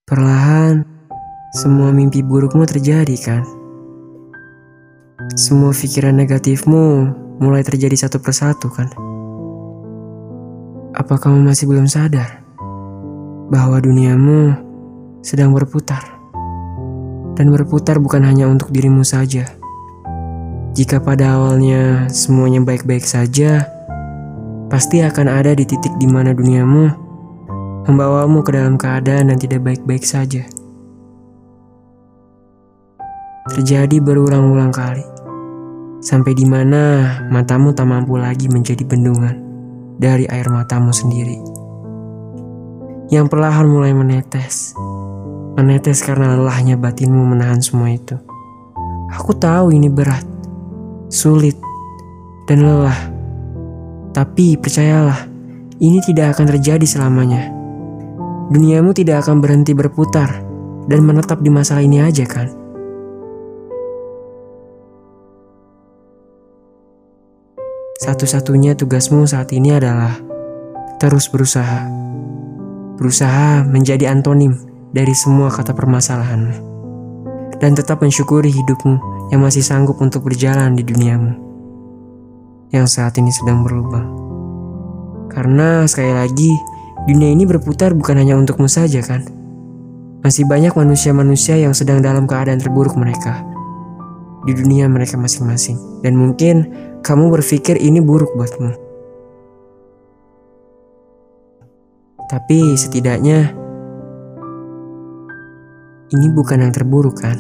Perlahan, semua mimpi burukmu terjadi kan? Semua pikiran negatifmu mulai terjadi satu persatu kan? Apa kamu masih belum sadar bahwa duniamu sedang berputar? Dan berputar bukan hanya untuk dirimu saja. Jika pada awalnya semuanya baik-baik saja, pasti akan ada di titik di mana duniamu membawamu ke dalam keadaan yang tidak baik-baik saja. Terjadi berulang-ulang kali, sampai di mana matamu tak mampu lagi menjadi bendungan dari air matamu sendiri, yang perlahan mulai menetes karena lelahnya batinmu menahan semua itu. Aku tahu ini berat, sulit, dan lelah. Tapi percayalah, ini tidak akan terjadi selamanya. Duniamu tidak akan berhenti berputar dan menetap di masalah ini aja kan? Satu-satunya tugasmu saat ini adalah terus berusaha. Berusaha menjadi antonim dari semua kata permasalahanmu. Dan tetap mensyukuri hidupmu yang masih sanggup untuk berjalan di duniamu yang saat ini sedang berlubang. Karena sekali lagi, dunia ini berputar bukan hanya untukmu saja kan? Masih banyak manusia-manusia yang sedang dalam keadaan terburuk mereka di dunia mereka masing-masing. Dan mungkin kamu berpikir ini buruk buatmu. Tapi setidaknya ini bukan yang terburuk kan?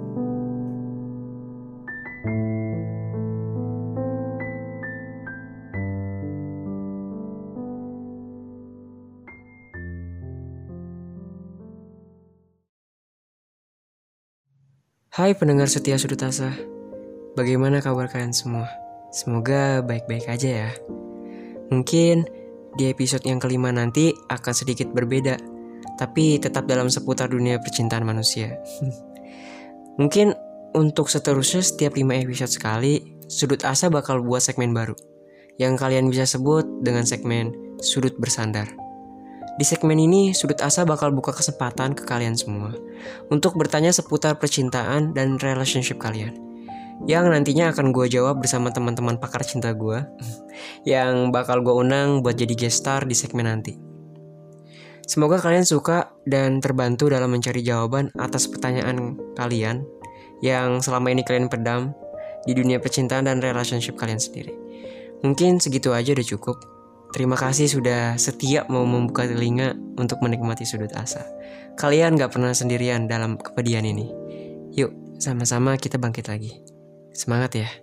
Hai pendengar setia Sudut Asa, bagaimana kabar kalian semua? Semoga baik-baik aja ya. Mungkin di episode yang kelima nanti akan sedikit berbeda, tapi tetap dalam seputar dunia percintaan manusia. Mungkin untuk seterusnya setiap 5 episode sekali, Sudut Asa bakal buat segmen baru yang kalian bisa sebut dengan segmen Sudut Bersandar. Di segmen ini, Sudut Asa bakal buka kesempatan ke kalian semua untuk bertanya seputar percintaan dan relationship kalian, yang nantinya akan gue jawab bersama teman-teman pakar cinta gue yang bakal gue undang buat jadi guest star di segmen nanti. Semoga kalian suka dan terbantu dalam mencari jawaban atas pertanyaan kalian yang selama ini kalian pendam di dunia percintaan dan relationship kalian sendiri. Mungkin segitu aja udah cukup. Terima kasih sudah setia mau membuka telinga untuk menikmati Sudut Asa. Kalian gak pernah sendirian dalam kepedihan ini. Yuk, sama-sama kita bangkit lagi. Semangat ya.